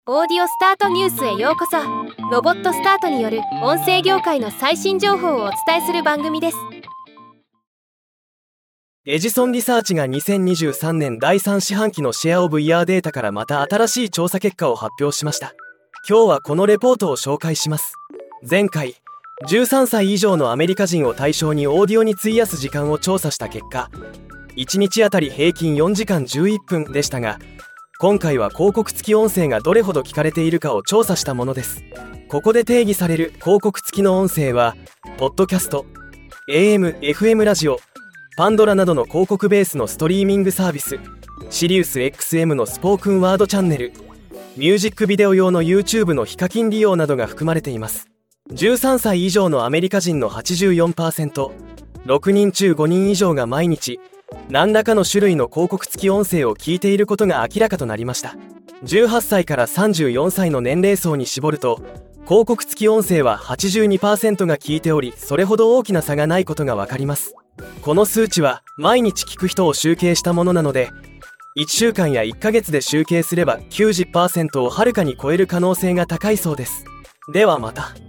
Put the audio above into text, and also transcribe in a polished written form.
オーディオスタートニュースへようこそ。ロボットスタートによる音声業界の最新情報をお伝えする番組です。 エジソンリサーチが2023年第3四半期のシェアオブイヤーデータからまた新しい調査結果を発表しました。今日はこのレポートを紹介します。前回13歳以上のアメリカ人を対象にオーディオに費やす時間を調査した結果、1日あたり平均4時間11分でしたが、今回は広告付き音声がどれほど聞かれているかを調査したものです。ここで定義される広告付きの音声は、ポッドキャスト、AM、FM ラジオ、パンドラなどの広告ベースのストリーミングサービス、シリウス XM のスポークンワードチャンネル、ミュージックビデオ用の YouTube の非課金利用などが含まれています。13歳以上のアメリカ人の 84%、6人中5人以上が毎日何らかの種類の広告付き音声を聞いていることが明らかとなりました。18歳から34歳の年齢層に絞ると、広告付き音声は 82% が聞いており、それほど大きな差がないことがわかります。この数値は毎日聞く人を集計したものなので、1週間や1ヶ月で集計すれば 90% をはるかに超える可能性が高いそうです。ではまた。